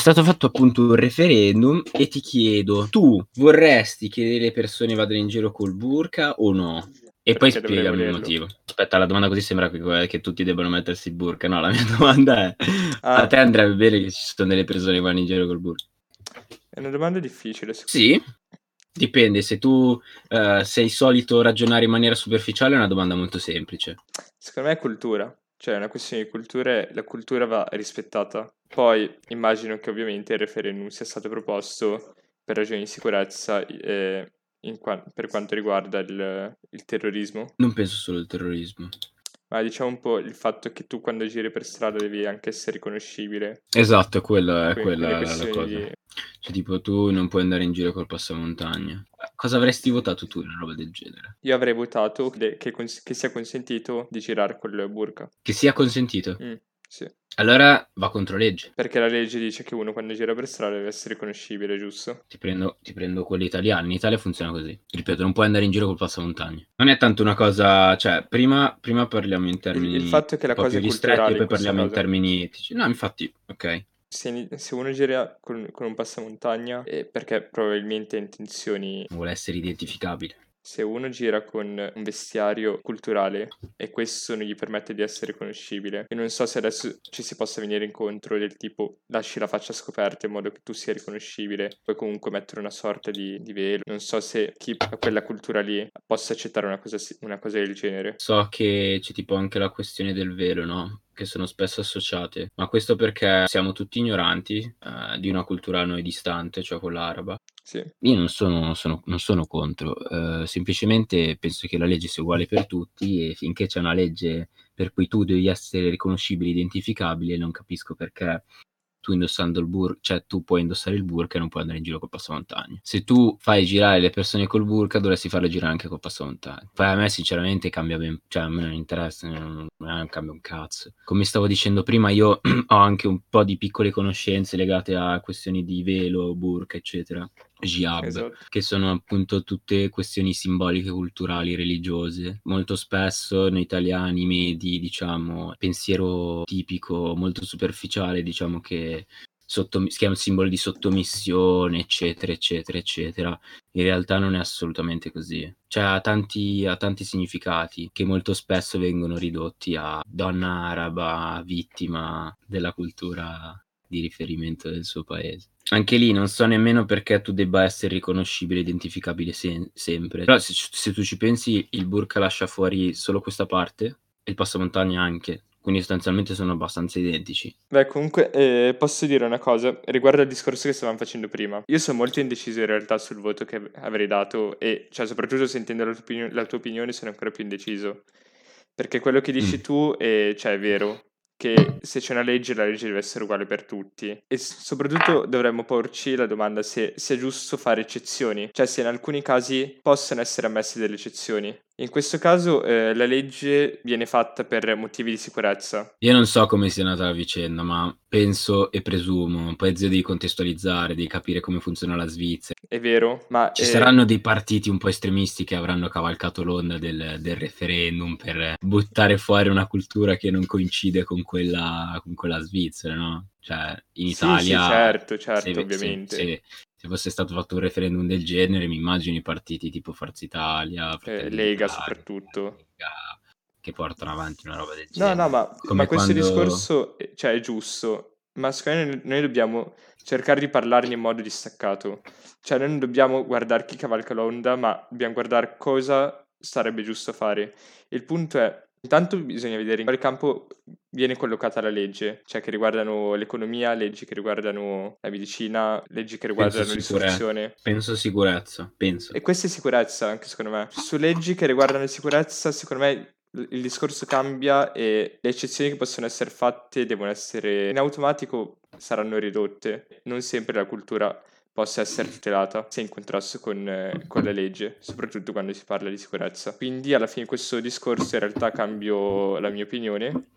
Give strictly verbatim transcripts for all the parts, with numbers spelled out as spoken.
stato fatto appunto un referendum e ti chiedo: tu vorresti che le persone vadano in giro col burqa o no? E poi Perché dovrei spiegami il volerlo? motivo. Aspetta, la domanda così sembra che che tutti debbano mettersi il burqa. No, la mia domanda è: a Ah. te andrebbe bene che ci sono delle persone che vanno in giro col burqa? È una domanda difficile sec Sì, dipende. Se tu, ehm, sei solito ragionare in maniera superficiale è una domanda molto semplice. Secondo me è cultura, cioè è una questione di culture, la cultura va rispettata. Poi immagino che ovviamente il referendum sia stato proposto per ragioni di sicurezza, i ehm, in qua per quanto riguarda il il terrorismo. Non penso solo al terrorismo. Ma diciamo un po' il fatto che tu quando giri per strada devi anche essere riconoscibile. Esatto, è quella è Que quelle quella la la questioni cosa. di Cioè tipo tu non puoi andare in giro col passamontagna. Cosa avresti votato tu in una roba del genere? Io avrei votato de che cons che sia consentito di girare col burqa. Che sia consentito? Mh, sì. Allora va contro legge. Perché la legge dice che uno quando gira per strada deve essere riconoscibile, giusto? Ti prendo ti prendo quelli italiani. In Italia funziona così. Ripeto, non puoi andare in giro col passamontagna. Non è tanto una cosa cioè prima prima parliamo in Il il termini fatto è che un la po' cosa più è ristretti e culturale in poi questo parliamo in caso. termini etici. No, infatti, okay. Se ni se uno gira con con un passamontagna è perché probabilmente ha intenzioni Vuole essere identificabile. Se uno gira con un vestiario culturale e questo non gli permette di essere riconoscibile, io non so se adesso ci si possa venire incontro del tipo lasci la faccia scoperta in modo che tu sia riconoscibile, puoi comunque mettere una sorta di di velo. Non so se chi ha quella cultura lì possa accettare una cosa si una cosa del genere. So che c'è tipo anche la questione del velo, no, che sono spesso associate, ma questo perché siamo tutti ignoranti, ehm, di una cultura a noi distante, cioè quella araba. Sì. Io non sono non sono non sono contro, ehm, semplicemente penso che la legge sia uguale per tutti e finché c'è una legge per cui tu devi essere riconoscibile, identificabile, non capisco perché tu indossando il bur cioè tu puoi indossare il burqa e non puoi andare in giro col passamontagna. Se tu fai girare le persone col burqa dovresti farle girare anche col passamontagna. Poi a me sinceramente cambia ben cioè a me non interessa, non a me non cambia un cazzo. Come stavo dicendo prima io ho anche un po' di piccole conoscenze legate a questioni di velo, burqa, eccetera, hijab, Esatto. che sono appunto tutte questioni simboliche, culturali, religiose. Molto spesso noi italiani medi, diciamo, pensiero tipico, molto superficiale, diciamo che sottom si chiama simbolo di sottomissione, eccetera, eccetera, eccetera. In realtà non è assolutamente così. Cioè ha tanti ha tanti significati che molto spesso vengono ridotti a donna araba vittima della cultura di riferimento del suo paese. Anche lì non so nemmeno perché tu debba essere riconoscibile, identificabile sen sempre. Però se c se tu ci pensi il burqa lascia fuori solo questa parte e il passamontagna anche, quindi sostanzialmente sono abbastanza identici. Beh comunque, ehm, posso dire una cosa riguardo al discorso che stavam facendo prima. Io son molto indeciso in realtà sul voto che av avrei dato e cioè soprattutto sentendo la tua opinio la tua opinione sono ancora più indeciso. Perché quello che dici Mh. tu, ehm, cioè è vero, che se c'è una legge, la legge deve essere uguale per tutti e s soprattutto dovremmo porci la domanda se sia giusto fare eccezioni, cioè se in alcuni casi possano essere ammesse delle eccezioni. In questo caso, ehm, la legge viene fatta per motivi di sicurezza. Io non so come sia nata la vicenda, ma penso e presumo, poi zio devi contestualizzare, devi capire come funziona la Svizera. È vero, ma, Ci ehm saranno dei partiti un po' estremisti che avranno cavalcato l'onda del del referendum per buttare fuori una cultura che non coincide con quella con quella svizzera, no, cioè in Sì, sì, Italia certo, se certo, ve se ovviamente. se se fosse stato fatto un referendum del genere mi immagino i partiti tipo Forza Italia, Ehm, Fratelli Lega d'Italia, soprattutto. Lega, che portano avanti una roba del No, no, genere. ma ma Come questo quando discorso, ehm, cioè è giusto, ma secondo me n noi dobbiamo cercare di parlarne in modo distaccato. Cioè noi non dobbiamo guardar chi cavalca l'onda, ma dobbiam guardar cosa sarebbe giusto fare. Il punto è, intanto bisogna vedere in quale campo viene collocata la legge, cioè che riguardano l'economia, leggi che riguardano la medicina, leggi che Penso riguardano sicure l'istruzione. penso sicurezza, penso. E questa è sicurezza anche secondo me. Su leggi che riguardano la sicurezza, secondo me l il discorso cambia e le eccezioni che possono esser fatte devono essere in automatico saranno ridotte. Non sempre la cultura possa esser tutelata, se è in contrasto con con la legge, soprattutto quando si parla di sicurezza. Quindi alla fine questo discorso in realtà cambio la mia opinione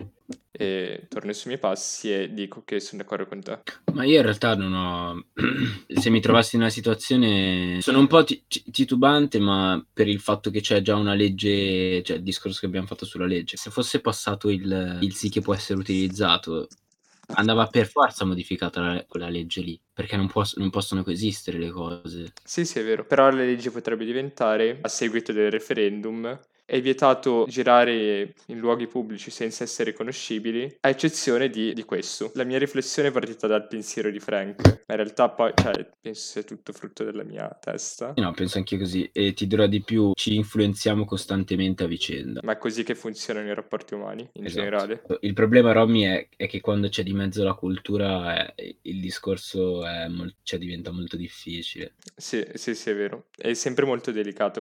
e torno sui miei passi e dico che son d'accordo con te. Ma io in realtà non ho se mi trovassi in una situazione sono un po' ti ci titubante, ma per il fatto che c'è già una legge cioè il discorso che abbiam fatto sulla legge. Se fosse passato il il sì che può essere utilizzato andava per forza modificata la quella legge lì, perché non puos non possono coesistere le cose. Sì, sì, è vero. Però la legge potrebbe diventare, a seguito del referendum: è vietato girare in luoghi pubblici senza essere riconoscibili, a eccezione di di questo. La mia riflessione è partita dal pensiero di Frank, ma in realtà poi cioè, penso sia tutto frutto della mia testa. No, penso anch'io così. E ti dirò di più, ci influenziamo costantemente a vicenda. Ma è così che funzionano i rapporti umani, in Esatto. generale. Il problema, Rommy, è è che quando c'è di mezzo la cultura, ehm, il discorso è mol cioè diventa molto difficile. Sì, sì, sì, è vero. È sempre molto delicato.